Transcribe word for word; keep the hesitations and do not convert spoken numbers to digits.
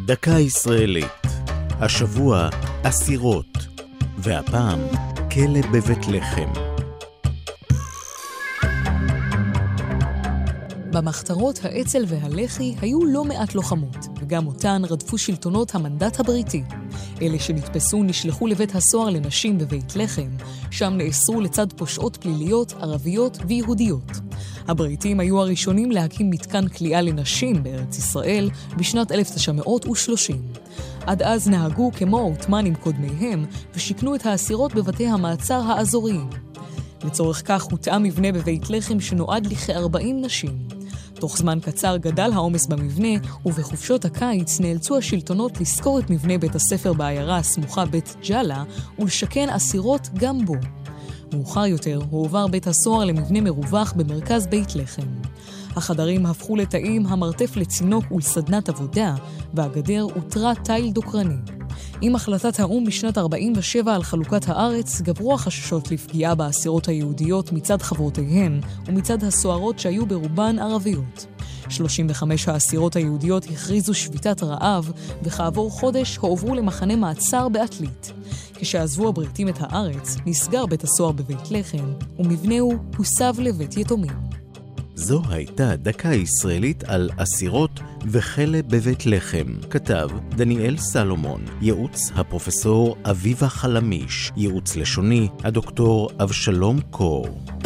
דקה ישראלית. השבוע אסירות, והפעם כלא בבית לחם. במחתרות האצ"ל והלח"י היו לא מעט לוחמות, וגם אותן רדפו שלטונות המנדט הבריטי. אלה שנתפסו נשלחו לבית הסוהר לנשים בבית לחם, שם נאסרו לצד פושעות פליליות, ערביות ויהודיות. הבריטים היו הראשונים להקים מתקן כליאה לנשים בארץ ישראל בשנת אלף תשע מאות ושלושים. עד אז נהגו כמו העות'מאנים קודמיהם ושכנו את האסירות בבתי המעצר האזוריים. לצורך כך הותאם מבנה בבית לחם שנועד לכ-ארבעים נשים. תוך זמן קצר גדל העומס במבנה, ובחופשות הקיץ נאלצו השלטונות לזכור את מבנה בית הספר בעיירה הסמוכה בית ג'אלה ולשכן אסירות גם בו. מאוחר יותר הועבר בית הסוהר למבנה מרווח במרכז בית לחם. החדרים הפכו לתאים, המרתף לצינוק ולסדנת עבודה, והגדר הותרה תיל דוקרני. עם החלטת האום בשנת ארבעים ושבע על חלוקת הארץ, גברו החששות לפגיעה באסירות היהודיות מצד חברותיהן ומצד הסוהרות שהיו ברובן ערביות. שלושים וחמש האסירות היהודיות הכריזו שביתת רעב, וכעבור חודש הועברו למחנה מעצר בעתלית. כשעזבו הבריטים את הארץ, נסגר בית הסוהר בבית לחם, ומבנהו הוסב לבית יתומים. זו הייתה דקה ישראלית על אסירות וכלא בבית לחם. כתב דניאל סלומון, ייעוץ הפרופסור אביבה חלמיש, ייעוץ לשוני הדוקטור אבשלום קור.